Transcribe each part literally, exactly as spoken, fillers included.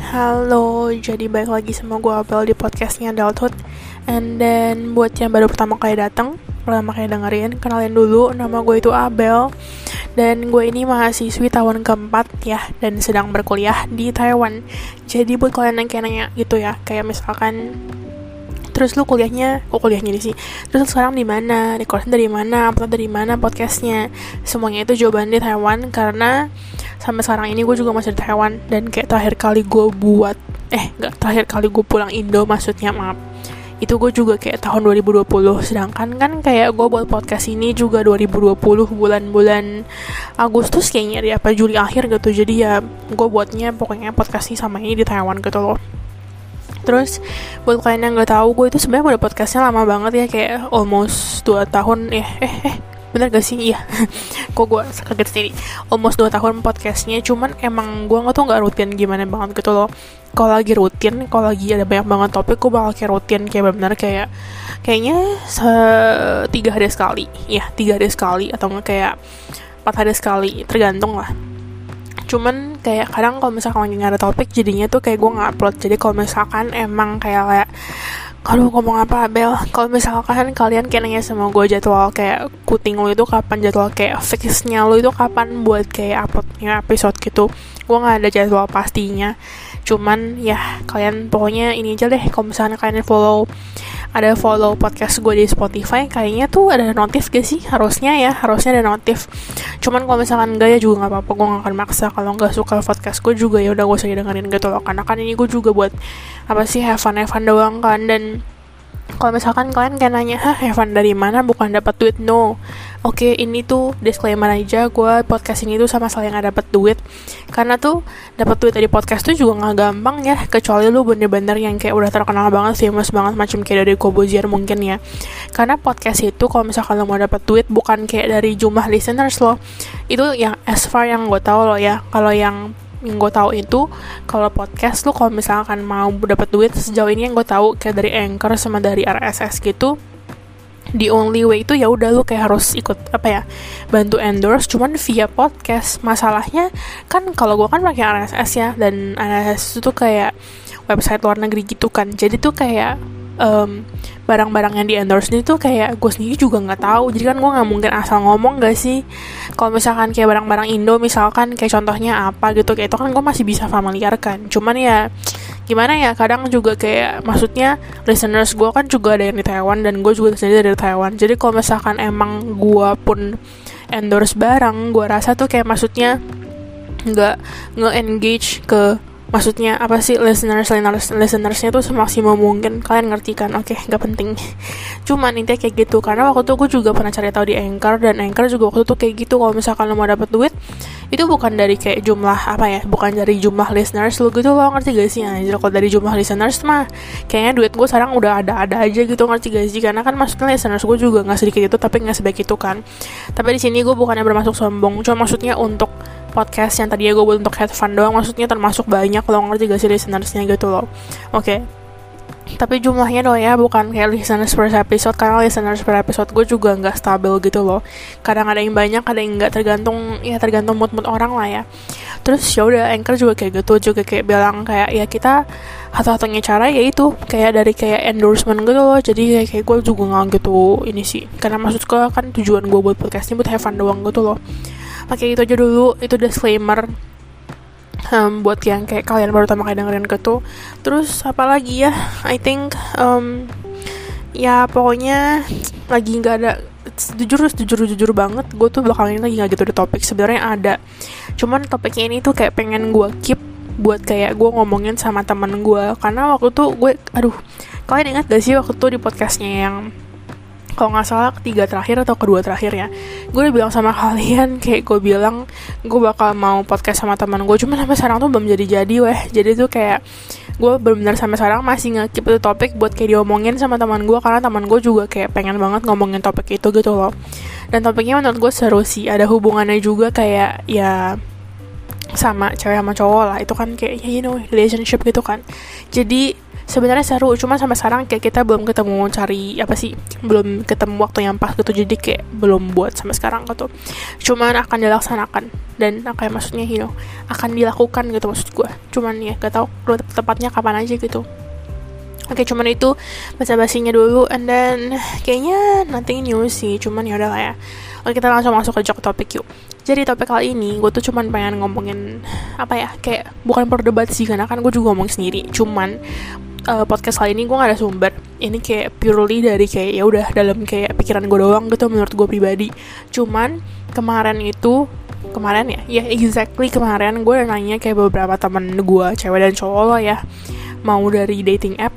Halo, jadi balik lagi sama gue Abel di podcastnya Adulthood. And then buat yang baru pertama kali datang, pertama kali dengerin, kenalin dulu, nama gue itu Abel. Dan gue ini mahasiswi tahun keempat ya, dan sedang berkuliah di Taiwan. Jadi buat kalian yang kayak nanya gitu ya, kayak misalkan, terus lu kuliahnya, oh kuliahnya di sini. Terus lu sekarang di mana? Recordnya dari mana? Upload dari mana podcastnya? Semuanya itu jawaban di Taiwan, karena sampai sekarang ini gue juga masih di Taiwan. Dan kayak terakhir kali gue buat Eh gak, terakhir kali gue pulang Indo maksudnya, maaf, itu gue juga kayak tahun dua ribu dua puluh. Sedangkan kan kayak gue buat podcast ini juga dua ribu dua puluh bulan-bulan Agustus kayaknya, di apa Juli akhir gitu. Jadi ya gue buatnya pokoknya podcast ini sama ini di Taiwan gitu loh. Terus buat kalian yang gak tahu, gue itu sebenarnya udah podcastnya lama banget ya, kayak almost dua tahun ya. Eh eh bener gak sih? Iya. Kok gue kaget sendiri. Almost dua tahun podcastnya. Cuman emang gue gak tuh gak rutin gimana banget gitu loh. Kalau lagi rutin, kalau lagi ada banyak banget topik, gue bakal kayak rutin, kayak benar-benar kayak kayaknya se- tiga hari sekali, ya tiga hari sekali atau nggak kayak empat hari sekali, tergantung lah. Cuman kayak kadang kalau misalkan lagi nggak ada topik, jadinya tuh kayak gue nggak upload. Jadi kalau misalkan emang kayak kayak kalau ngomong apa Bel, kalau misalkan kalian kayak nanya sama gue jadwal kayak kuting lo itu kapan, jadwal kayak fixnya lo itu kapan buat kayak uploadnya episode gitu, gue nggak ada jadwal pastinya. Cuman ya kalian pokoknya ini aja deh, kalau misalkan kalian follow, ada follow podcast gue di Spotify, kayaknya tuh ada notif gak sih? Harusnya ya, harusnya ada notif. Cuman kalau misalkan enggak ya juga nggak apa-apa, gue nggak akan maksa. Kalau nggak suka podcast gue juga ya udah gak usah dengerin gitu loh, karena kan ini gue juga buat apa sih, have fun have fun doang kan. Dan kalau misalkan kalian kayak nanya, hah have fun dari mana, bukan dapat duit, no. Oke, ini tuh disclaimer aja, gue podcast ini tuh sama sekali nggak dapat duit. Karena tuh dapat duit dari podcast tuh juga nggak gampang ya, kecuali lu bener-bener yang kayak udah terkenal banget, famous banget, macam kayak dari Kobozier mungkin ya. Karena podcast itu kalau misalkan lu mau dapat duit, bukan kayak dari jumlah listeners lo. Itu yang as far yang gue tahu loh ya. Kalau yang yang gue tahu itu, kalau podcast lu kalau misalkan mau dapat duit sejauh ini yang gue tahu kayak dari Anchor sama dari R S S gitu, the only way itu ya udah lu kayak harus ikut apa ya, bantu endorse, cuman via podcast. Masalahnya kan kalau gue kan pakai R S S ya, dan R S S itu tuh kayak website luar negeri gitu kan, jadi tuh kayak um, barang-barang yang di endorse ini tuh kayak gue sendiri juga nggak tahu. Jadi kan gue nggak mungkin asal ngomong gak sih. Kalau misalkan kayak barang-barang Indo, misalkan kayak contohnya apa gitu, kayak itu kan gue masih bisa familiar kan. Cuman ya gimana ya, kadang juga kayak maksudnya listeners gue kan juga ada yang di Taiwan, dan gue juga sendiri dari Taiwan. Jadi kalau misalkan emang gue pun endorse barang, gue rasa tuh kayak maksudnya nggak nge-engage ke, maksudnya apa sih, listeners listeners listenersnya tuh semaksimal mungkin. Kalian ngerti kan? Oke, okay, nggak penting. Cuman intinya kayak gitu. Karena waktu itu gue juga pernah cari tahu di Anchor, dan Anchor juga waktu itu kayak gitu. Kalau misalkan lo mau dapat duit, itu bukan dari kayak jumlah apa ya, bukan dari jumlah listeners lo gitu, lo ngerti gak sih? Anjir, kalau dari jumlah listeners mah kayaknya duit gue sekarang udah ada-ada aja gitu, ngerti gak sih? Karena kan maksudnya listeners gue juga nggak sedikit itu, tapi nggak sebaik itu kan. Tapi di sini gue bukannya bermaksud sombong, cuma maksudnya untuk podcast yang tadinya gue buat untuk have fun doang, maksudnya termasuk banyak, lo ngerti gak sih listenersnya gitu loh. Oke, okay. Tapi jumlahnya doang ya, bukan kayak listeners per episode, karena listeners per episode gue juga nggak stabil gitu loh. Kadang ada yang banyak, ada yang nggak, tergantung ya, tergantung mood-mood orang lah ya. Terus ya udah, Anchor juga kayak gitu, juga kayak bilang kayak ya kita satu-satunya cara yaitu kayak dari kayak endorsement gitu loh. Jadi kayak, kayak gue juga nggak gitu ini sih, karena maksud gue kan tujuan gue buat podcast ini buat have fun doang gitu loh. Oke, itu aja dulu, itu disclaimer um, buat yang kayak kalian baru pertama kali dengerin gitu. Terus apa lagi ya, I think um, ya pokoknya lagi nggak ada, jujur jujur jujur banget, gue tuh belakangan ini lagi nggak gitu ada topik. Sebenarnya ada, cuman topiknya ini tuh kayak pengen gue keep buat kayak gue ngomongin sama teman gue. Karena waktu tuh gue, aduh, kalian ingat gak sih waktu tuh di podcastnya yang kalau nggak salah ketiga terakhir atau kedua terakhir ya, gue udah bilang sama kalian kayak gue bilang gue bakal mau podcast sama teman gue, cuma sampai sekarang tuh belum jadi-jadi weh. Jadi tuh kayak gue benar-benar sampai sekarang masih nge-keep itu topik buat kayak diomongin sama teman gue, karena teman gue juga kayak pengen banget ngomongin topik itu gitu loh. Dan topiknya menurut gue seru sih, ada hubungannya juga kayak ya sama cewek sama cowok lah, itu kan kayak ya you know relationship gitu kan. Jadi sebenarnya seru, cuma sampai sekarang kayak kita belum ketemu cari apa sih, belum ketemu waktu yang pas gitu, jadi kayak belum buat sampai sekarang gitu. Cuman akan dilaksanakan dan kayak maksudnya you know, akan dilakukan gitu maksud gue. Cuman ya gak tau tepatnya kapan aja gitu. Oke, cuman itu basa-basinya dulu, and then kayaknya nothing new sih, cuman ya udah lah ya. Oke, kita langsung masuk ke topik yuk. Jadi topik kali ini gue tuh cuman pengen ngomongin apa ya, kayak bukan perdebat sih, karena kan gue juga ngomong sendiri. Cuman uh, podcast kali ini gue gak ada sumber. Ini kayak purely dari kayak ya udah dalam kayak pikiran gue doang gitu menurut gue pribadi. Cuman kemarin itu kemarin ya, ya exactly kemarin gue udah nanya kayak beberapa temen gue cewek dan cowok lah ya, mau dari dating app.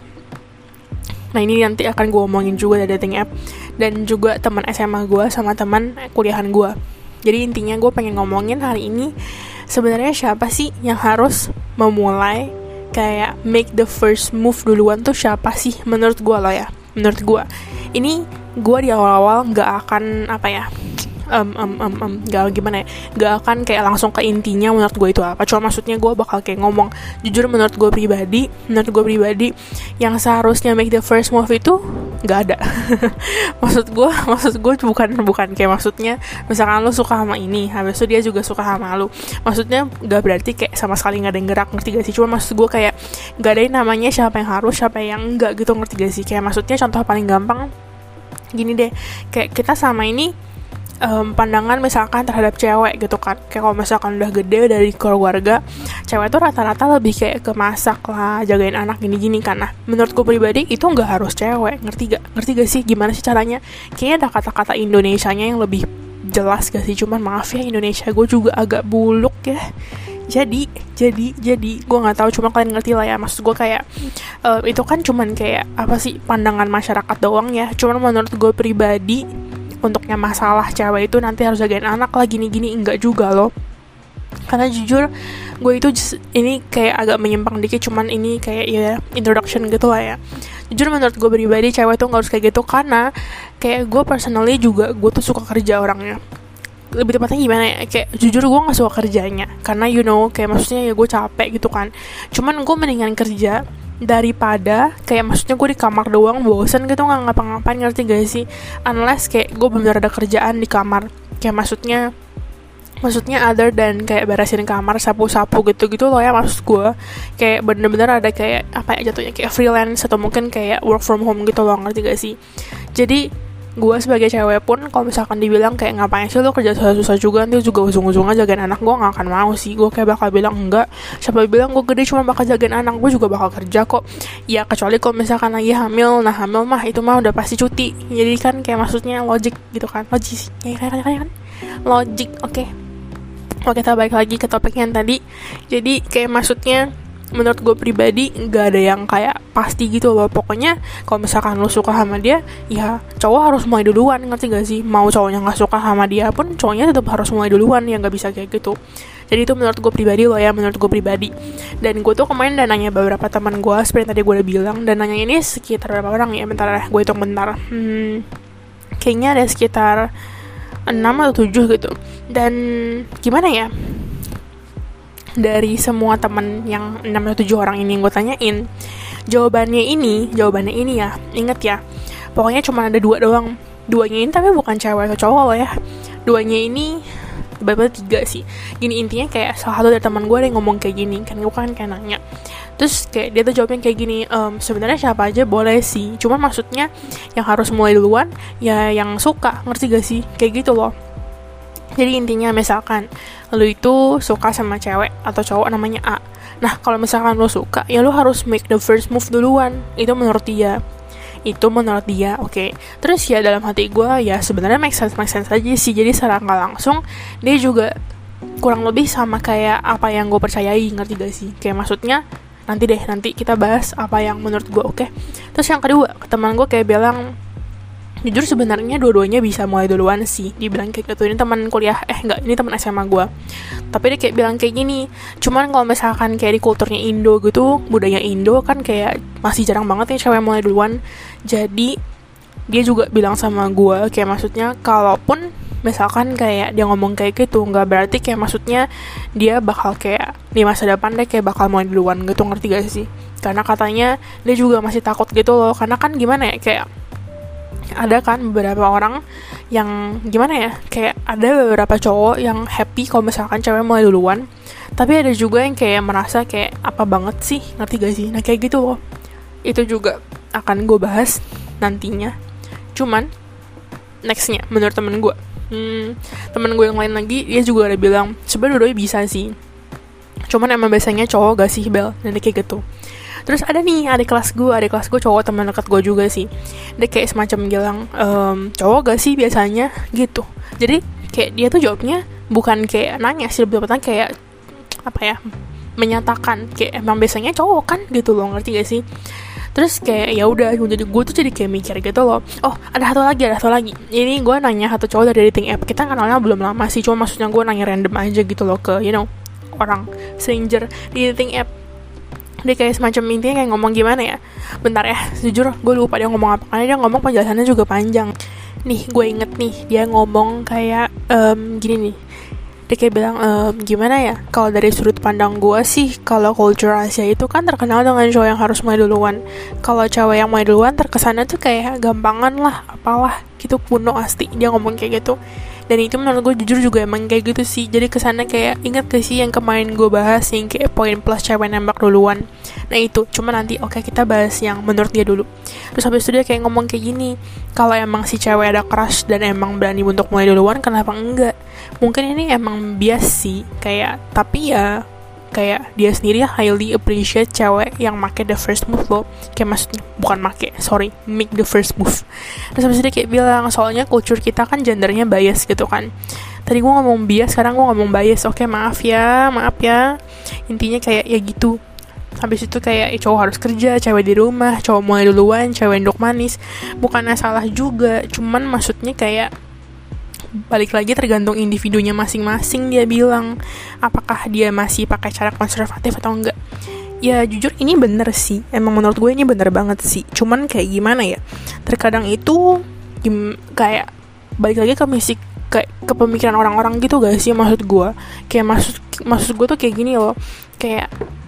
Nah ini nanti akan gue omongin juga dari dating app, dan juga teman S M A gue sama teman kuliahan gue. Jadi intinya gue pengen ngomongin hari ini sebenarnya siapa sih yang harus memulai kayak make the first move duluan tuh siapa sih menurut gue loh ya. Menurut gue ini gue di awal-awal gak akan apa ya Um, um, um, um, gak gimana ya, gak akan kayak langsung ke intinya menurut gue itu apa. Cuma maksudnya gue bakal kayak ngomong jujur menurut gue pribadi, menurut gue pribadi yang seharusnya make the first move itu gak ada. maksud gue, maksud gue bukan bukan kayak maksudnya misalkan lu suka sama ini, habis itu dia juga suka sama lu. Maksudnya gak berarti kayak sama sekali gak ada yang gerak, ngerti gak sih? Cuma maksud gue kayak gak ada yang namanya siapa yang harus, siapa yang enggak gitu, ngerti gak sih? Kayak maksudnya contoh paling gampang gini deh, kayak kita sama ini Um, pandangan misalkan terhadap cewek gitu kan, kayak kalau misalkan udah gede dari keluarga, cewek tuh rata-rata lebih kayak ke masak lah, jagain anak gini-gini kan. Nah menurut gue pribadi itu nggak harus cewek, ngerti gak? Ngerti gak sih gimana sih caranya? Kayaknya ada kata-kata Indonesianya yang lebih jelas gak sih? Cuman maaf ya Indonesia gue juga agak buluk ya. Jadi, jadi, jadi gue nggak tahu, cuma kalian ngerti lah ya. Maksud gue kayak uh, itu kan cuman kayak apa sih pandangan masyarakat doang ya. Cuman menurut gue pribadi untuknya masalah cewek itu nanti harus jagain anak lah gini-gini, enggak juga loh. Karena jujur gue itu just, ini kayak agak menyimpang dikit, cuman ini kayak ya introduction gitu lah ya. Jujur menurut gue pribadi cewek tuh gak harus kayak gitu, karena kayak gue personally juga gue tuh suka kerja orangnya. Lebih tepatnya gimana ya, kayak jujur gue gak suka kerjanya, karena you know kayak maksudnya ya gue capek gitu kan. Cuman gue mendingan kerja daripada kayak maksudnya gue di kamar doang bosen gitu nggak ngapa-ngapain, ngerti gak sih? Unless kayak gue bener ada kerjaan di kamar, kayak maksudnya maksudnya other than kayak beresin kamar, sapu-sapu gitu-gitu loh ya. Maksud gue kayak bener-bener ada kayak apa ya jatuhnya, kayak freelance atau mungkin kayak work from home gitu loh, ngerti gak sih? Jadi gue sebagai cewek pun kalau misalkan dibilang kayak ngapain sih lo kerja susah-susah juga, nanti juga ujung-ujungnya jagain anak, gue gak akan mau sih. Gue kayak bakal bilang enggak, siapa bilang gue gede cuma bakal jagain anak, gue juga bakal kerja kok ya, kecuali kalau misalkan lagi hamil. Nah hamil mah itu mah udah pasti cuti, jadi kan kayak maksudnya logik gitu kan, logis ya kan, kan, kan? Logik. Oke okay. Oke, kita balik lagi ke topiknya yang tadi. Jadi kayak maksudnya menurut gue pribadi gak ada yang kayak pasti gitu loh. Pokoknya kalau misalkan lo suka sama dia, ya cowok harus mulai duluan, ngerti gak sih? Mau cowoknya gak suka sama dia pun cowoknya tetap harus mulai duluan, ya gak bisa kayak gitu. Jadi itu menurut gue pribadi loh ya, menurut gue pribadi. Dan gue tuh kemarin udah nanya beberapa teman gue, seperti tadi gue udah bilang, dan nanya ini sekitar berapa orang ya, bentar ya, gue hitung bentar. Hmm, kayaknya ada sekitar enam atau tujuh gitu. Dan gimana ya, dari semua teman yang enam atau tujuh orang ini yang gue tanyain, jawabannya ini, jawabannya ini ya, inget ya, pokoknya cuma ada dua doang. Duanya ini tapi bukan cewek atau cowok loh ya. Duanya ini, beberapa tiga sih. Gini intinya kayak salah satu dari teman gue ada yang ngomong kayak gini, kan gue kan kayak nanya. Terus kayak dia tuh jawabnya kayak gini, ehm, sebenarnya siapa aja boleh sih, cuman maksudnya yang harus mulai duluan ya yang suka, ngerti gak sih? Kayak gitu loh. Jadi intinya misalkan lu itu suka sama cewek atau cowok namanya A. Nah kalau misalkan lu suka, ya lu harus make the first move duluan. Itu menurut dia. Itu menurut dia, oke. Okay. Terus ya dalam hati gue ya sebenarnya make sense, make sense aja sih. Jadi secara nggak langsung dia juga kurang lebih sama kayak apa yang gue percayai, ngerti gak sih? Kayak maksudnya nanti deh, nanti kita bahas apa yang menurut gue oke. Okay? Terus yang kedua, teman gue kayak bilang, jujur sebenarnya dua-duanya bisa mulai duluan sih. Dia bilang kayak gitu. Ini teman kuliah, eh enggak, ini teman S M A gue. Tapi dia kayak bilang kayak gini, cuman kalau misalkan kayak di kulturnya Indo gitu, budaya Indo kan kayak masih jarang banget ya cewek mulai duluan. Jadi dia juga bilang sama gue kayak maksudnya kalaupun misalkan kayak dia ngomong kayak gitu, nggak berarti kayak maksudnya dia bakal kayak di masa depan deh kayak bakal mau duluan gitu, ngerti gak sih? Karena katanya dia juga masih takut gitu loh, karena kan gimana ya, kayak ada kan beberapa orang yang gimana ya, kayak ada beberapa cowok yang happy kalau misalkan cewek mulai duluan, tapi ada juga yang kayak merasa kayak apa banget sih, ngerti gak sih? Nah kayak gitu loh, itu juga akan gue bahas nantinya. Cuman nextnya menurut temen gue, hmm, temen gue yang lain lagi, dia juga ada bilang sebenarnya dua-duanya bisa sih, cuman emang biasanya cowok gak sih Bel, dan kayak gitu. Terus ada nih adik kelas gue, adik kelas gue cowok, teman dekat gue juga sih, dia kayak semacam bilang ehm, cowok gak sih biasanya gitu. Jadi kayak dia tuh jawabnya bukan kayak nanya sih, lebih tepatnya kayak apa ya, menyatakan kayak emang biasanya cowok kan gitu loh, ngerti gak sih? Terus kayak ya udah, jadi gue tuh jadi kayak mikir gitu loh. Oh ada satu lagi, ada satu lagi. Ini gue nanya satu cowok dari dating app. Kita kenalnya belum lama sih, cuma maksudnya gue nanya random aja gitu loh ke you know orang stranger di dating app. Dia kayak semacam intinya kayak ngomong gimana ya. Bentar ya, jujur gue lupa dia ngomong apa, karena dia ngomong penjelasannya juga panjang. Nih gue inget nih, dia ngomong kayak um, gini nih. Dia kayak bilang, ehm, gimana ya, kalau dari sudut pandang gue sih, kalau culture Asia itu kan terkenal dengan cowok yang harus mulai duluan. Kalau cewek yang mulai duluan terkesannya tuh kayak gampangan lah, apalah gitu, kuno asli. Dia ngomong kayak gitu. Dan itu menurut gue jujur juga emang kayak gitu sih. Jadi kesannya kayak, ingat gak sih yang kemarin gue bahas yang kayak poin plus cewek nembak duluan. Nah itu, cuma nanti oke okay, kita bahas yang menurut dia dulu. Terus habis itu dia kayak ngomong kayak gini, kalau emang si cewek ada crush dan emang berani untuk mulai duluan, kenapa enggak? Mungkin ini emang bias sih, kayak, tapi ya kayak dia sendiri highly appreciate cewek yang make the first move loh. Kayak maksudnya, bukan make, sorry, make the first move. Terus habis itu dia kayak bilang, soalnya culture kita kan gendernya bias gitu kan. Tadi gue ngomong bias, sekarang gue ngomong bias. Oke, maaf ya, maaf ya. Intinya kayak ya gitu. Habis itu kayak eh, cowok harus kerja, cewek di rumah, cowok mulai duluan, cewek endok manis. Bukannya salah juga, cuman maksudnya kayak balik lagi tergantung individunya masing-masing. Dia bilang apakah dia masih pakai cara konservatif atau enggak. Ya jujur ini bener sih, emang menurut gue ini bener banget sih. Cuman kayak gimana ya, terkadang itu gim- kayak balik lagi ke misi, kayak ke pemikiran orang-orang gitu gak sih, maksud gue. Kayak maksud maksud gue tuh kayak gini loh, kayak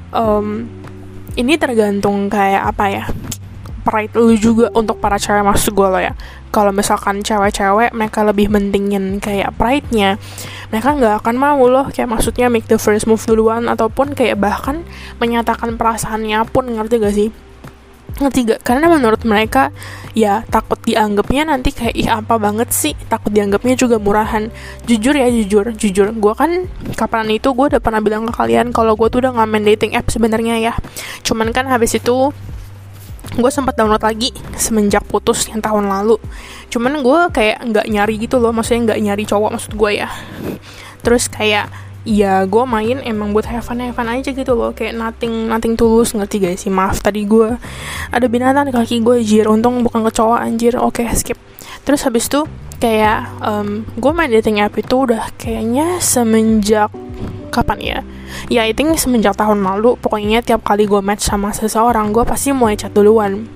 um, ini tergantung kayak apa ya, pride lu juga untuk para cewek, maksud gue loh ya. Kalau misalkan cewek-cewek mereka lebih mentingin kayak pride-nya, mereka nggak akan mau loh kayak maksudnya make the first move duluan, ataupun kayak bahkan menyatakan perasaannya pun, ngerti gak sih? Ngerti gak? Karena menurut mereka ya takut dianggapnya nanti kayak ih apa banget sih, takut dianggapnya juga murahan. Jujur ya, jujur, jujur gue kan kapan itu gue udah pernah bilang ke kalian kalau gue tuh udah nggak main dating app sebenarnya ya. Cuman kan habis itu gue sempat download lagi semenjak putus yang tahun lalu. Cuman gue kayak nggak nyari gitu loh, maksudnya nggak nyari cowok maksud gue ya. Terus kayak ya gue main emang buat have fun have fun aja gitu loh, kayak nothing nothing tulus, ngerti gak sih? Maaf tadi gue ada binatang di kaki gue, jir, untung bukan kecoa anjir. Oke okay, skip. Terus habis itu kayak um, gue main dating app itu udah kayaknya semenjak kapan ya? Ya I think semenjak tahun lalu. Pokoknya tiap kali gue match sama seseorang, gue pasti mulai chat duluan.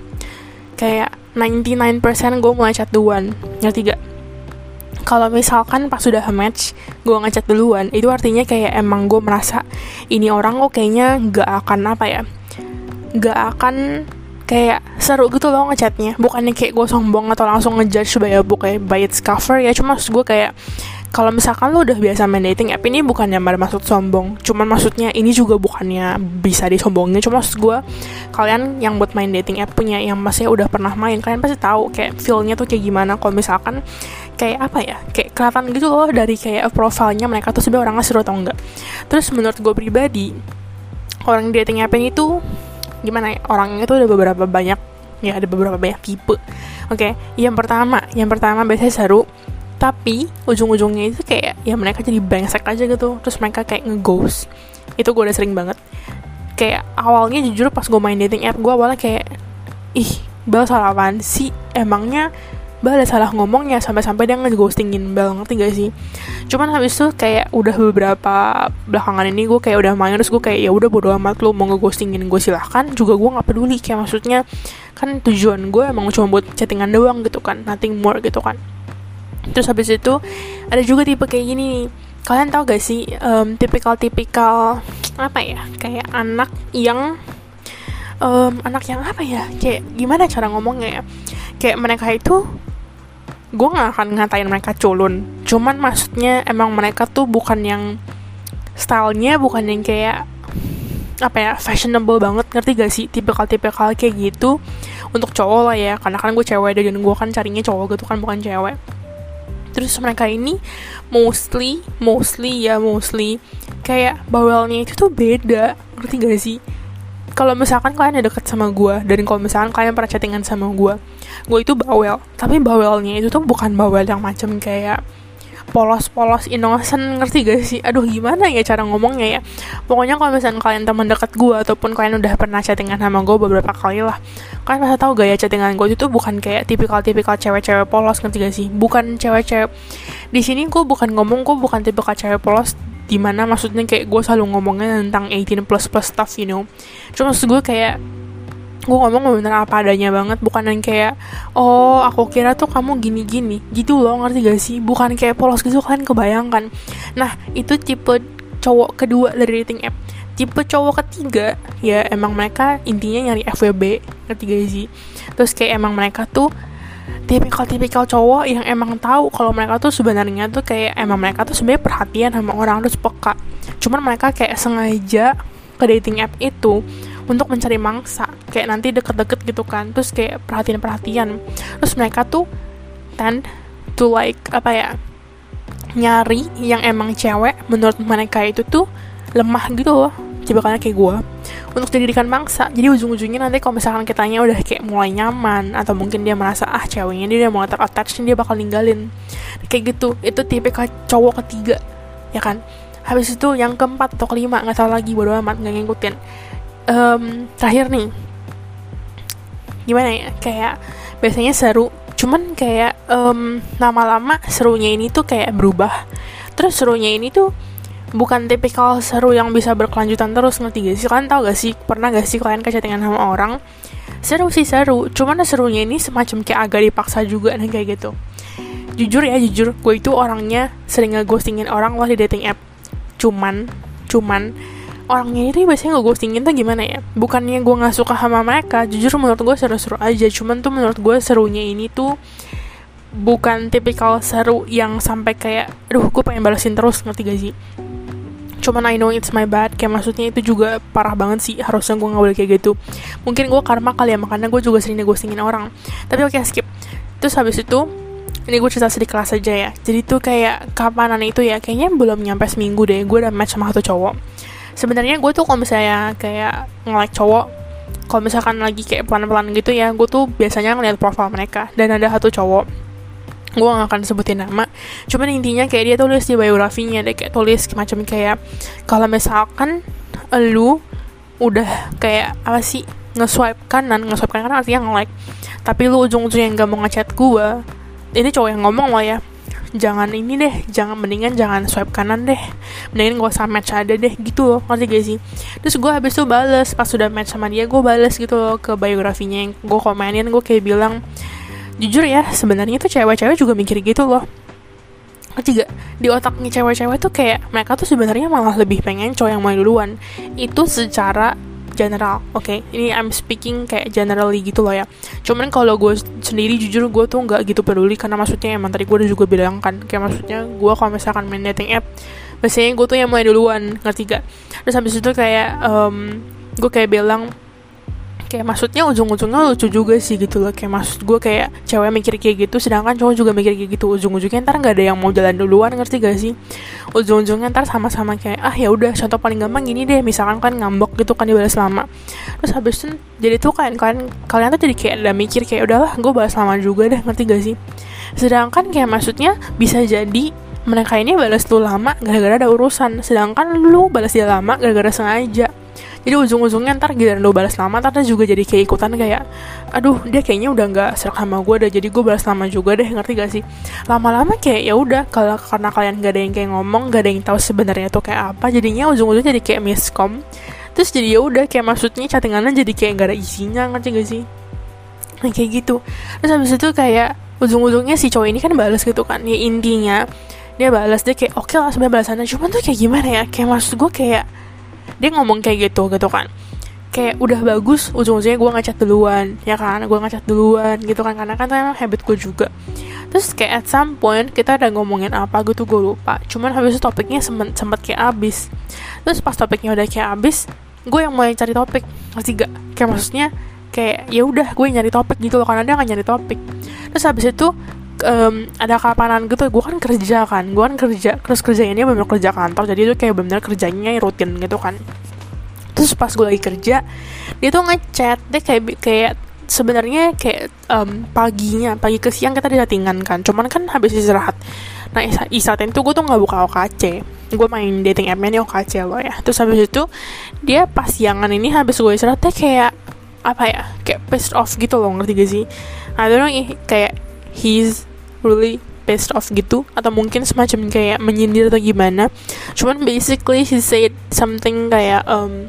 Kayak ninety-nine percent gue mulai chat duluan, ngerti gak? Kalau misalkan pas sudah match gue ngechat duluan, itu artinya kayak emang gue merasa ini orang kok kayaknya gak akan apa ya, gak akan kayak seru gitu loh ngechatnya. Bukannya kayak gue sombong atau langsung ngejudge by, kayak by its cover ya. Cuma maksud gue kayak kalau misalkan lo udah biasa main dating app, ini bukannya bermaksud sombong, cuman maksudnya ini juga bukannya bisa disombongin. Cuma maksud gue, kalian yang buat main dating app punya, yang masih udah pernah main, kalian pasti tahu kayak feel-nya tuh kayak gimana. Kalau misalkan kayak apa ya, kayak kelihatan gitu loh dari kayak profilnya mereka tuh sebenarnya orangnya seru atau enggak. Terus menurut gue pribadi, orang dating app ini tuh gimana ya, orangnya tuh ada beberapa banyak ya, ada beberapa banyak tipe. Oke, okay, yang pertama, yang pertama biasanya seru, tapi ujung-ujungnya itu kayak ya mereka jadi brengsek aja gitu. Terus mereka kayak nge-ghost. Itu gue udah sering banget. Kayak awalnya jujur pas gue main dating app, gue awalnya kayak ih, Bel salah apaan sih? Emangnya Bel ada salah ngomongnya sampai-sampai dia nge-ghostingin Bel, ngerti gak sih? Cuman habis itu kayak udah beberapa belakangan ini gue kayak udah main, terus gue kayak ya udah bodo amat, lu mau nge-ghostingin gue silahkan, juga gue nggak peduli. Kayak maksudnya kan tujuan gue emang cuma buat chattingan doang gitu kan, nothing more gitu kan. Terus habis itu ada juga tipe kayak gini nih. Kalian tau gak sih um, tipikal-tipikal apa ya, kayak anak yang um, anak yang apa ya, kayak gimana cara ngomongnya ya, kayak mereka itu, gue gak akan ngatain mereka culun, cuman maksudnya emang mereka tuh bukan yang stylenya bukan yang kayak apa ya, fashionable banget, ngerti gak sih, tipikal-tipikal kayak gitu untuk cowok lah ya, karena kan gue cewek dan gue kan carinya cowok gitu kan, bukan cewek. Terus mereka ini mostly, mostly ya mostly kayak bawelnya itu tuh beda, ngerti gak sih? Kalau misalkan kalian udah deket sama gue, dan kalau misalkan kalian pernah chattingan sama gue, gue itu bawel, tapi bawelnya itu tuh bukan bawel yang macam kayak polos-polos innocent, ngerti gak sih? Aduh gimana ya cara ngomongnya ya. Pokoknya kalau misalkan kalian teman dekat gue ataupun kalian udah pernah chattingan sama gue beberapa kali lah, kalian pasti tahu gaya chattingan gue itu tuh bukan kayak tipikal-tipikal cewek-cewek polos, ngerti gak sih? Bukan cewek-cewek. Di sini gue bukan ngomong gue bukan tipikal cewek polos, dimana maksudnya kayak gue selalu ngomongnya tentang eighteen plus plus stuff, you know. Cuma maksud gue kayak gue ngomong bener apa adanya banget, bukan yang kayak oh aku kira tuh kamu gini-gini gitu loh, ngerti gak sih? Bukan kayak polos gitu, kalian kebayangkan. Nah itu tipe cowok kedua dari dating app. Tipe cowok ketiga ya emang mereka intinya nyari F W B, ngerti gak sih? Terus kayak emang mereka tuh tipikal-tipikal cowok yang emang tahu kalau mereka tuh sebenarnya tuh kayak emang mereka tuh sebenarnya perhatian sama orang, terus peka. Cuman mereka kayak sengaja ke dating app itu untuk mencari mangsa, kayak nanti deket-deket gitu kan, terus kayak perhatian-perhatian. Terus mereka tuh tend to like apa ya, nyari yang emang cewek menurut mereka itu tuh lemah gitu loh, tipikalnya kayak gue, untuk dijadikan mangsa. Jadi ujung-ujungnya nanti kalau misalkan kitanya udah kayak mulai nyaman, atau mungkin dia merasa ah ceweknya dia udah mau attach, dia bakal ninggalin, kayak gitu. Itu tipikal cowok ketiga, ya kan. Habis itu yang keempat atau kelima, nggak tahu lagi, bodo amat, nggak ngikutin. Um, terakhir nih, gimana ya, kayak biasanya seru, cuman kayak um, lama-lama serunya ini tuh kayak berubah. Terus serunya ini tuh bukan tipikal seru yang bisa berkelanjutan terus, ngerti gak sih? Kalian tau gak sih, pernah gak sih kalian kechattingan sama orang, seru sih seru, cuman serunya ini semacam kayak agak dipaksa juga, nih kayak gitu. Jujur ya, jujur, gue itu orangnya sering nge-ghostingin orang loh di dating app. Cuman, cuman orangnya itu biasanya nge-ghostingin tuh gimana ya, bukannya gue gak suka sama mereka, jujur menurut gue seru-seru aja, cuman tuh menurut gue serunya ini tuh bukan tipikal seru yang sampai kayak aduh gue pengen balesin terus, ngerti gak sih? Cuman I know it's my bad, kayak maksudnya itu juga parah banget sih, harusnya gue gak boleh kayak gitu. Mungkin gue karma kali ya, makanya gue juga sering nge-ghostingin orang. Tapi oke, okay, skip. Terus habis itu, ini gue cerita sedikit kelas aja ya. Jadi tuh kayak kapanan itu ya, kayaknya belum nyampe seminggu deh, gue udah match sama satu cowok. Sebenarnya gue tuh kalau misalnya kayak nge-like cowok, kalau misalkan lagi kayak pelan-pelan gitu ya, gue tuh biasanya ngeliat profil mereka. Dan ada satu cowok, gue gak akan sebutin nama, cuman intinya kayak dia tulis di biografinya, dia kayak tulis macam kayak kalau misalkan lu udah kayak apa sih, nge-swipe kanan, nge-swipe kanan kan artinya nge-like, tapi lu ujung-ujungnya gak mau ngechat gue, ini cowok yang ngomong loh ya, jangan ini deh, jangan, mendingan jangan swipe kanan deh, mendingan gak usah match ada deh, gitu loh, ngerti gak sih? Terus gue habis itu bales, pas sudah match sama dia, gue bales gitu loh ke biografinya yang gue komenin, gue kayak bilang, jujur ya, sebenarnya tuh cewek-cewek juga mikir gitu loh, ngerti gak? Di otaknya cewek-cewek tuh kayak, mereka tuh sebenarnya malah lebih pengen cowok yang mulai duluan, itu secara general, oke, okay? Ini I'm speaking kayak generally gitu loh ya. Cuman kalau gue sendiri jujur gue tuh nggak gitu peduli, karena maksudnya emang tadi gue udah juga bilang kan, kayak maksudnya gue kalau misalkan main dating app, biasanya gue tuh yang mulai duluan, ngerti gak? Terus habis itu kayak um, gue kayak bilang, kayak maksudnya ujung-ujungnya lucu juga sih gitu loh, kayak maksud gue kayak cewek mikir kayak gitu, sedangkan cowok juga mikir kayak gitu, ujung-ujungnya ntar nggak ada yang mau jalan duluan, ngerti gak sih? Ujung-ujungnya ntar sama-sama kayak ah ya udah, contoh paling gampang gini deh, misalkan kan ngambek gitu kan dibalas lama, terus habis itu jadi tuh kalian kalian kalian tuh jadi kayak ada mikir kayak udahlah gue balas lama juga deh, ngerti gak sih? Sedangkan kayak maksudnya bisa jadi mereka ini balas lu lama gara-gara ada urusan, sedangkan lu balas dia lama gara-gara sengaja. Jadi ujung-ujungnya ntar giliran lo balas lama, ntar juga jadi kayak ikutan kayak aduh dia kayaknya udah gak serak sama gue dah, jadi gue balas lama juga deh, ngerti gak sih? Lama-lama kayak ya udah, kalau karena kalian gak ada yang kayak ngomong, gak ada yang tahu sebenarnya tuh kayak apa, jadinya ujung-ujungnya jadi kayak miskom. Terus jadi ya udah, kayak maksudnya chattingannya jadi kayak gak ada isinya, ngerti gak sih? Nah kayak gitu. Terus habis itu kayak ujung-ujungnya si cowok ini kan balas gitu kan, ya intinya dia balas, dia kayak oke lah sebenarnya balasannya, cuman tuh kayak gimana ya, kayak maksud gue kayak dia ngomong kayak gitu gitu kan, kayak udah bagus ujung-ujungnya gue ngechat duluan, ya kan, gue ngechat duluan gitu kan, karena kan emang habit gue juga. Terus kayak at some point kita udah ngomongin apa gitu gue lupa, cuman habis itu topiknya sempet, sempet kayak abis. Terus pas topiknya udah kayak abis, gue yang mulai cari topik, masih gak, kayak maksudnya kayak ya udah gue nyari topik gitu loh, karena dia nggak nyari topik. Terus habis itu Um, ada kapanan gitu, gue kan kerja kan, gue kan kerja, terus kerjanya bener kerja kantor, jadi itu kayak bener kerjanya rutin gitu kan. Terus pas gue lagi kerja, dia tuh ngechat, dia kayak kayak sebenarnya kayak um, paginya, pagi ke siang kita disatingan kan, cuman kan habis istirahat. Nah istirahatin tuh gue tuh nggak buka O K C, gue main dating app-nya nih O K C loh ya. Terus habis itu dia pas siangan ini habis gue istirahat, dia kayak apa ya, kayak pissed off gitu loh, ngerti gak sih? I don't know, kayak he's really pissed off gitu, atau mungkin semacam kayak menyindir atau gimana. Cuman basically he said something kayak um,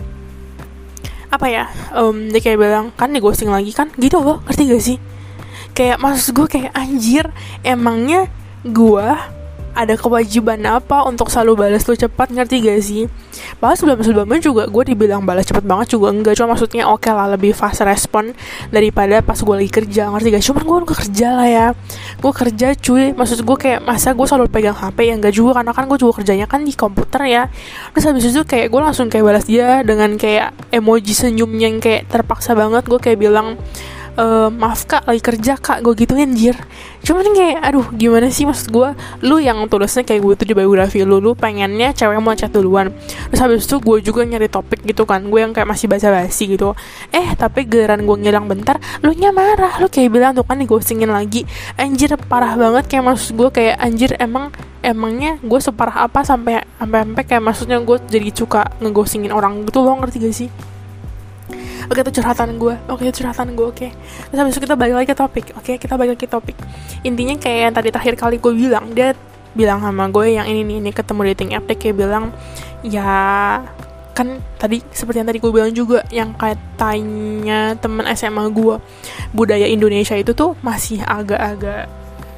apa ya, um, dia kayak bilang kan di ghosting lagi kan gitu loh, ngerti gak sih? Kayak maksud gue kayak anjir, emangnya gue ada kewajiban apa untuk selalu balas lu cepat, ngerti gak sih? Padahal sebelum-sebelumnya juga gue dibilang balas cepat banget juga enggak, cuma maksudnya oke okay lah, lebih fast respon daripada pas gue lagi kerja, ngerti gak? Cuman gue udah kerja lah ya, gue kerja cuy, maksud gue kayak masa gue selalu pegang H P, ya enggak juga, karena kan gue juga kerjanya kan di komputer ya. Terus habis itu kayak gue langsung kayak balas dia dengan kayak emoji senyum yang kayak terpaksa banget, gue kayak bilang Uh, maaf kak, lagi kerja kak, gue gituin anjir. Cuman kayak aduh gimana sih, maksud gue lu yang tulisnya kayak gue tuh di biografi lu, lu pengennya cewek mau chat duluan. Terus habis itu gue juga nyari topik gitu kan, gue yang kayak masih basa-basi gitu. Eh tapi giliran gue ngilang bentar, lu nya marah, lu kayak bilang tuh kan digostingin lagi. Anjir parah banget, kayak maksud gue kayak anjir emang emangnya gue separah apa sampai sampai sampai kayak maksudnya gue jadi suka ngegostingin orang gitu loh, ngerti gak sih? Oke itu curhatan gue, oke itu curhatan gue, oke. Terus habis itu kita balik lagi ke topik, oke kita balik lagi ke topik. Intinya kayak yang tadi terakhir kali gue bilang, dia bilang sama gue yang ini nih, ini ketemu dating app, dia kayak bilang ya kan tadi seperti yang tadi gue bilang juga, yang katanya temen S M A gue, budaya Indonesia itu tuh masih agak-agak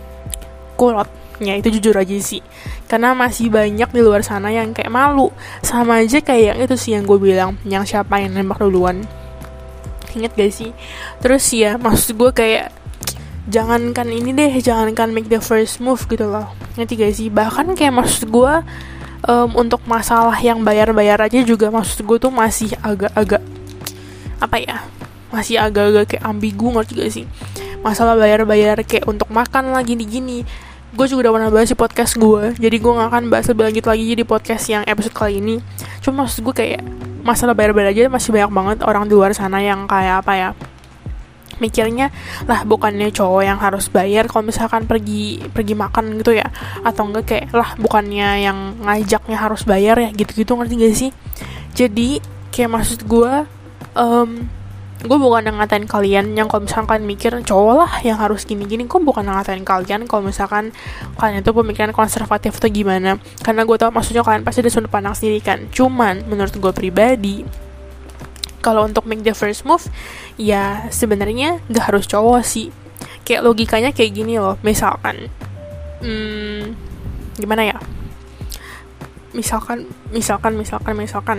kulot. Ya itu jujur aja sih, karena masih banyak di luar sana yang kayak malu. Sama aja kayak yang itu sih yang gue bilang, yang siapa yang nembak duluan, inget gak sih? Terus ya maksud gue kayak jangankan ini deh, jangankan make the first move gitu loh, ngerti gak sih? Bahkan kayak maksud gue um, untuk masalah yang bayar-bayar aja juga maksud gue tuh masih agak-agak apa ya, masih agak-agak kayak ambigu, ngerti gak sih? Masalah bayar-bayar kayak untuk makan lah gini-gini, gue juga udah pernah bahas di podcast gue, jadi gue gak akan bahas lebih lanjut lagi di podcast yang episode kali ini. Cuma maksud gue kayak masalah bayar-bayar aja masih banyak banget orang di luar sana yang kayak apa ya, mikirnya lah bukannya cowok yang harus bayar kalau misalkan pergi pergi makan gitu ya, atau enggak kayak lah bukannya yang ngajaknya harus bayar ya, gitu-gitu, ngerti gak sih? Jadi kayak maksud gue um, gue bukan ngatain kalian yang kalau misalkan kalian mikir cowok lah yang harus gini-gini, gue bukan ngatain kalian kalau misalkan kalian itu pemikiran konservatif atau gimana, karena gue tau maksudnya kalian pasti ada sudut pandang sendiri kan. Cuman menurut gue pribadi, kalau untuk make the first move ya sebenarnya gak harus cowok sih. Kayak logikanya kayak gini loh, misalkan hmm, gimana ya, misalkan misalkan misalkan misalkan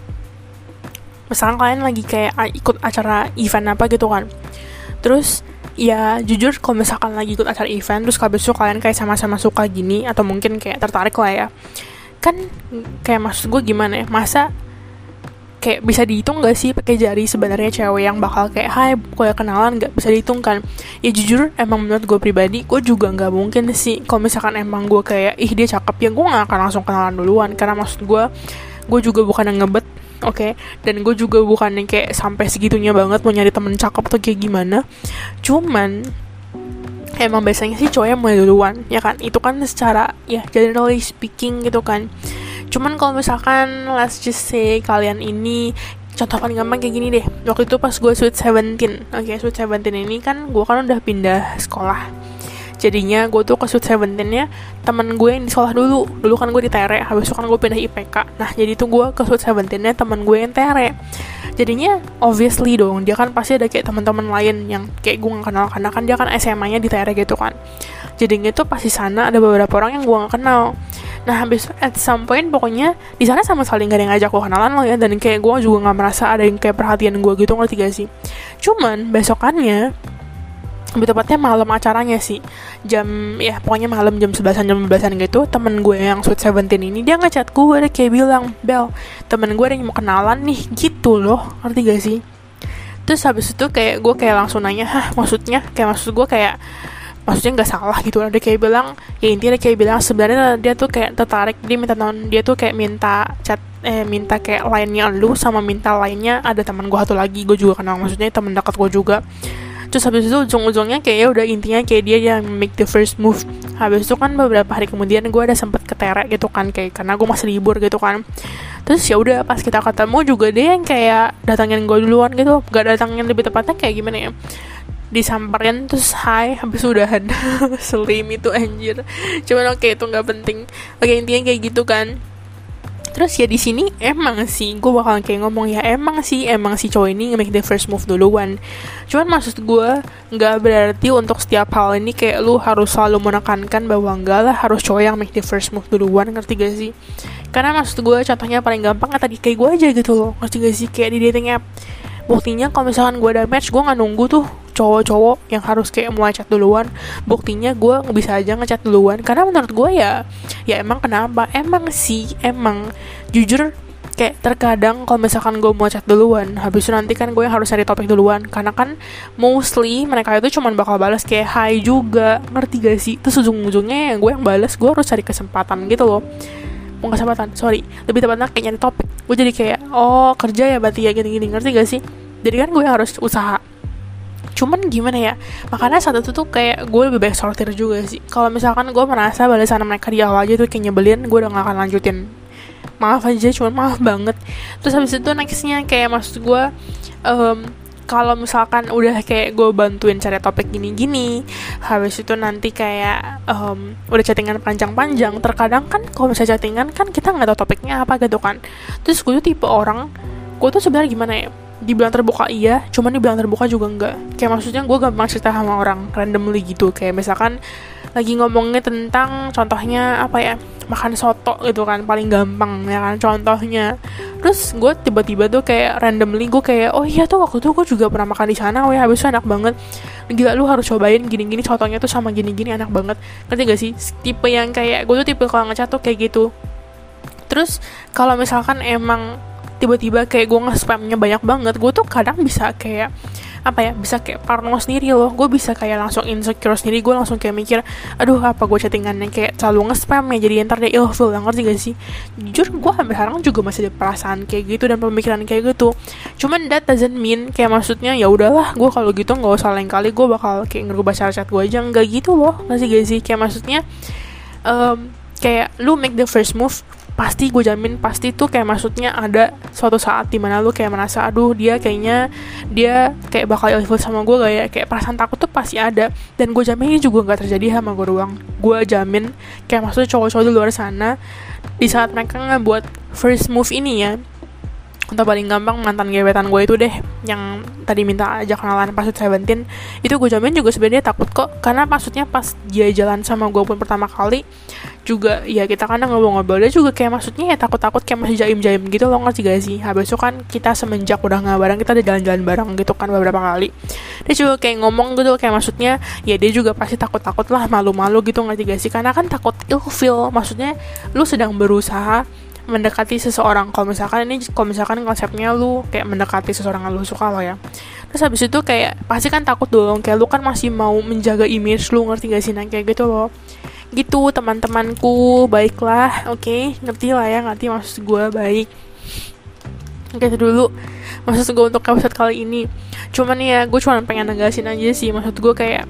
misalkan kalian lagi kayak ikut acara event apa gitu kan, terus ya jujur kalau misalkan lagi ikut acara event terus habis itu kalian kayak sama-sama suka gini, atau mungkin kayak tertarik lah ya kan, kayak maksud gue gimana ya, masa kayak bisa dihitung gak sih pakai jari sebenarnya cewek yang bakal kayak hai kayak kenalan, gak bisa dihitung kan? Ya jujur emang menurut gue pribadi, gue juga gak mungkin sih kalau misalkan emang gue kayak ih dia cakep ya gue gak akan langsung kenalan duluan, karena maksud gue gue juga bukan yang ngebet, oke, okay? Dan gue juga bukan yang kayak sampai segitunya banget mau nyari temen cakep atau kayak gimana. Cuman emang biasanya sih cowoknya mulai duluan, ya kan? Itu kan secara ya generally speaking gitu kan. Cuman kalau misalkan let's just say kalian ini, contoh paling gampang kayak gini deh. Waktu itu pas gue Sweet Seventeen, oke okay, Sweet Seventeen ini kan gue kan udah pindah sekolah. Jadinya gue tuh ke Sweet Seventeen-nya temen gue yang di sekolah dulu. Dulu kan gue di T R E, habis itu kan gue pindah I P K. Nah jadi tuh gue ke Sweet Seventeen-nya temen gue yang T R E. Jadinya obviously dong dia kan pasti ada kayak teman-teman lain yang kayak gue gak kenal, karena kan dia kan S M A-nya di T R gitu kan. Jadinya tuh pasti sana ada beberapa orang yang gue gak kenal. Nah habis at some point pokoknya di sana sama sekali gak ada yang ngajak gue kenalan loh ya, dan kayak gue juga gak merasa ada yang kayak perhatian gue gitu, ngerti gak sih? Cuman besokannya, lebih tepatnya malam acaranya sih, jam ya pokoknya malam jam sebelasan jam dua belasan gitu, temen gue yang Sweet Seventeen ini dia ngechat gue, dia kayak bilang, Bel, temen gue ada yang mau kenalan nih gitu loh, ngerti gak sih? Terus habis itu kayak gue kayak langsung nanya, hah maksudnya? Kayak maksud gue kayak maksudnya nggak salah gitu. Dia kayak bilang, ya intinya dia kayak bilang sebenarnya dia tuh kayak tertarik, dia minta non, dia tuh kayak minta chat, eh minta kayak lainnya lu sama minta lainnya ada teman gue satu lagi, gue juga kenal, maksudnya teman dekat gue juga. Terus habis itu ujung-ujungnya kayak ya udah intinya kayak dia yang make the first move. Habis itu kan beberapa hari kemudian gue ada sempet ke Tere gitu kan, kayak karena gue masih libur gitu kan. Terus ya udah pas kita ketemu juga dia yang kayak datangin gue duluan gitu, gak datangin, lebih tepatnya kayak gimana ya, disamperin terus hai habis udahan. Selim itu anjir, cuman oke okay, itu nggak penting. Oke okay, intinya kayak gitu kan. Terus ya di sini emang sih gue bakal kayak ngomong ya emang sih emang si cowok ini make the first move duluan. Cuman maksud gue nggak berarti untuk setiap hal ini kayak lu harus selalu menekankan bahwa enggak lah harus cowok yang make the first move duluan, ngerti gak sih? Karena maksud gue contohnya paling gampang kan tadi kayak gue aja gitu loh, ngerti gak sih? Kayak di dating app, buktinya kalau misalkan gue ada match, gue nggak nunggu tuh cowok-cowok yang harus kayak mulai chat duluan. Buktinya gue bisa aja ngechat duluan, karena menurut gue ya ya emang kenapa, emang sih emang jujur kayak terkadang kalau misalkan gue mau chat duluan, habis itu nanti kan gue yang harus cari topik duluan, karena kan mostly mereka itu cuman bakal balas kayak hai juga, ngerti gak sih? Terus ujung-ujungnya yang gue yang balas, gue harus cari kesempatan gitu loh, mau kesempatan sorry lebih tepatnya kayak nyari topik. Gue jadi kayak oh kerja ya berarti ya gini-gini, ngerti gak sih? Jadi kan gue harus usaha. Cuman gimana ya, makanya saat itu tuh kayak gue lebih baik sortir juga sih. Kalau misalkan gue merasa balasan mereka di awal aja tuh kayak nyebelin, gue udah gak akan lanjutin, maaf aja, cuman maaf banget. Terus habis itu nextnya kayak maksud gue um, kalau misalkan udah kayak gue bantuin cari topik gini-gini, habis itu nanti kayak um, udah chattingan panjang-panjang, terkadang kan kalau misalnya chattingan kan kita nggak tahu topiknya apa gitu kan. Terus gue tuh tipe orang, gue tuh sebenarnya gimana ya, dibilang terbuka iya, cuman dibilang terbuka juga enggak. Kayak maksudnya gue gampang cerita sama orang randomly gitu, kayak misalkan lagi ngomongnya tentang contohnya apa ya, makan soto gitu kan, paling gampang ya kan contohnya. Terus gue tiba-tiba tuh kayak randomly gue kayak oh iya tuh waktu tuh gue juga pernah makan di sana, weh habis itu enak banget, gila lu harus cobain gini-gini, sotonya tuh sama gini-gini enak banget, ngerti gak sih? Tipe yang kayak gue tuh tipe kalau ngechat tuh kayak gitu. Terus kalau misalkan emang tiba-tiba kayak gue nge-spamnya banyak banget, gue tuh kadang bisa kayak apa ya, bisa kayak parno sendiri loh. Gue bisa kayak langsung insecure sendiri, gue langsung kayak mikir aduh apa gue chattingannya kayak selalu nge-spam ya, jadi ntar dia ilfil, ngerti gak sih? Jujur gue sampai sekarang juga masih ada perasaan kayak gitu dan pemikiran kayak gitu. Cuman that doesn't mean kayak maksudnya ya udahlah gue kalau gitu nggak usah lain kali gue bakal kayak ngerubah cara chat gue aja, nggak gitu loh, ngerti gak sih? Kayak maksudnya um, kayak lu make the first move, pasti gue jamin pasti tuh kayak maksudnya ada suatu saat dimana lu kayak merasa aduh dia kayaknya dia kayak bakal ilfil sama gue gak ya, kayak perasaan takut tuh pasti ada. Dan gue jamin ini juga gak terjadi sama gue doang, gue jamin kayak maksudnya cowok-cowok di luar sana di saat mereka ngebuat first move ini ya, untuk paling gampang mantan gebetan gue itu deh yang tadi minta ajak kenalan pas Seventeen, itu gue jamin juga sebenarnya takut kok, karena maksudnya pas dia jalan sama gue pun pertama kali juga ya kita kadang ngobrol-ngobrol, dia juga kayak maksudnya ya takut-takut kayak masih jaim-jaim gitu loh, ngerti gak sih? Habis itu kan kita semenjak udah gak bareng, kita udah jalan-jalan bareng gitu kan beberapa kali, dia juga kayak ngomong gitu kayak maksudnya ya dia juga pasti takut-takut lah, malu-malu gitu, ngerti gak sih? Karena kan takut ilfil, maksudnya lu sedang berusaha mendekati seseorang. Kalau misalkan ini kalau misalkan konsepnya lu kayak mendekati seseorang yang lu suka lo ya, terus habis itu kayak pasti kan takut dong, kayak lu kan masih mau menjaga image lu, ngerti gak sih? Nah kayak gitu loh, gitu teman-temanku, baiklah, oke okay? Ngerti lah ya, ngerti maksud gue baik. Oke, itu dulu maksud gue untuk episode kali ini. Cuman ya gue cuma pengen negasin aja sih, maksud gue kayak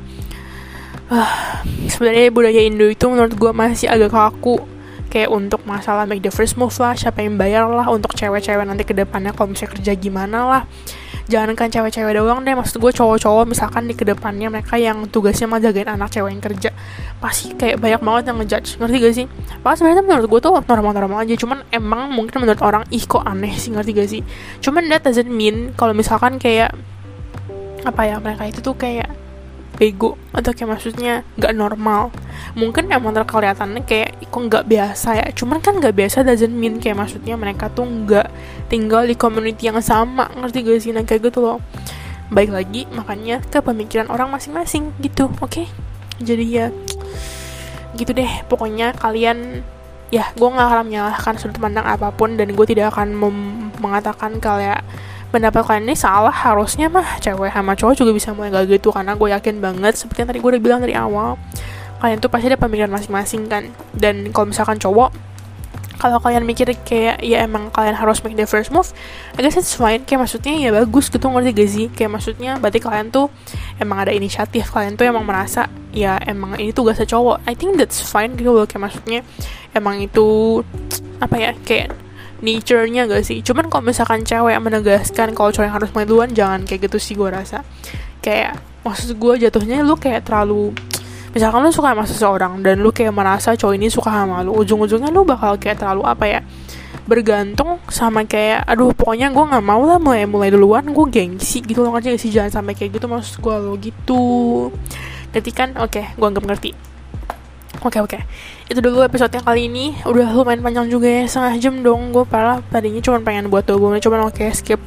uh, sebenarnya budaya Indo itu menurut gue masih agak kaku, kayak untuk masalah make the first move lah, siapa yang bayar lah untuk cewek-cewek nanti ke depannya kalau misalnya kerja gimana lah. jangankan cewek-cewek doang deh, maksud gue cowok-cowok misalkan di kedepannya mereka yang tugasnya mah jagain anak cewek yang kerja, pasti kayak banyak banget yang ngejudge, ngerti gak sih? Padahal sebenarnya menurut gue tuh normal-normal aja, cuman emang mungkin menurut orang ih kok aneh sih, ngerti gak sih? Cuman that doesn't mean kalau misalkan kayak apa ya, mereka itu tuh kayak bego atau kayak maksudnya nggak normal. Mungkin emang terkelihatannya kayak kok nggak biasa ya, cuman kan nggak biasa doesn't mean kayak maksudnya mereka tuh nggak tinggal di community yang sama, ngerti gak sih? Nah kayak gitu loh, baik lagi makanya ke pemikiran orang masing-masing gitu. Oke okay? Jadi ya gitu deh, pokoknya kalian ya, gue nggak akan menyalahkan sudut pandang apapun, dan gue tidak akan mem- mengatakan kayak pendapat kalian ini salah, harusnya mah cewek sama cowok juga bisa mulai gak gitu, karena gue yakin banget seperti yang tadi gue udah bilang dari awal, kalian tuh pasti ada pemikiran masing-masing kan. Dan kalau misalkan cowok, kalau kalian mikir kayak ya emang kalian harus make the first move, I guess it's fine, kayak maksudnya ya bagus gitu, ngerti gak sih? Kayak maksudnya berarti kalian tuh emang ada inisiatif, kalian tuh emang merasa ya emang ini tugasnya cowok. I think that's fine gitu loh, kayak maksudnya emang itu apa ya, kayak nature-nya gak sih? Cuman kalau misalkan cewek yang menegaskan kalau cowok yang harus mulai duluan, jangan kayak gitu sih gue rasa. Kayak maksud gue jatuhnya lu kayak terlalu, misalkan lu suka sama seseorang dan lu kayak merasa cowok ini suka sama lu, ujung-ujungnya lu bakal kayak terlalu apa ya, bergantung sama kayak aduh pokoknya gue nggak mau lah mulai mulai duluan, gue gengsi gitu loh, ngerti gak sih? Jangan sampai kayak gitu, maksud gue lo gitu. Ngerti kan? Oke, okay, gue anggap ngerti. Oke okay, oke, okay. Itu dulu episode yang kali ini. Udah lumayan panjang juga ya, setengah jam dong. Gue parah tadinya cuma pengen buat dua menit, cuman oke okay, skip.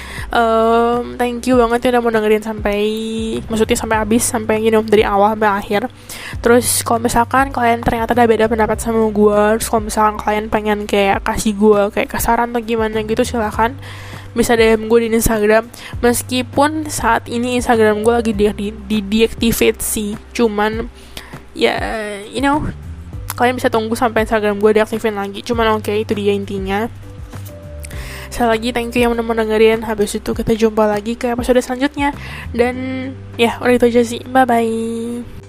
um, Thank you banget ya udah mau dengerin sampai, maksudnya sampai habis, sampai you know, dari awal sampai akhir. Terus kalau misalkan kalian ternyata ada beda pendapat sama gue, terus kalau misalkan kalian pengen kayak kasih gue kayak kesaran atau gimana gitu, silahkan bisa D M gue di Instagram. Meskipun saat ini Instagram gue lagi di, di, di deactivate sih, cuman ya you know, kalian bisa tunggu sampai Instagram gue diaktifin lagi. Cuman oke okay, itu dia intinya. Sekali lagi thank you yang udah mau dengerin. Habis itu kita jumpa lagi ke episode selanjutnya. Dan ya udah itu aja sih, bye bye.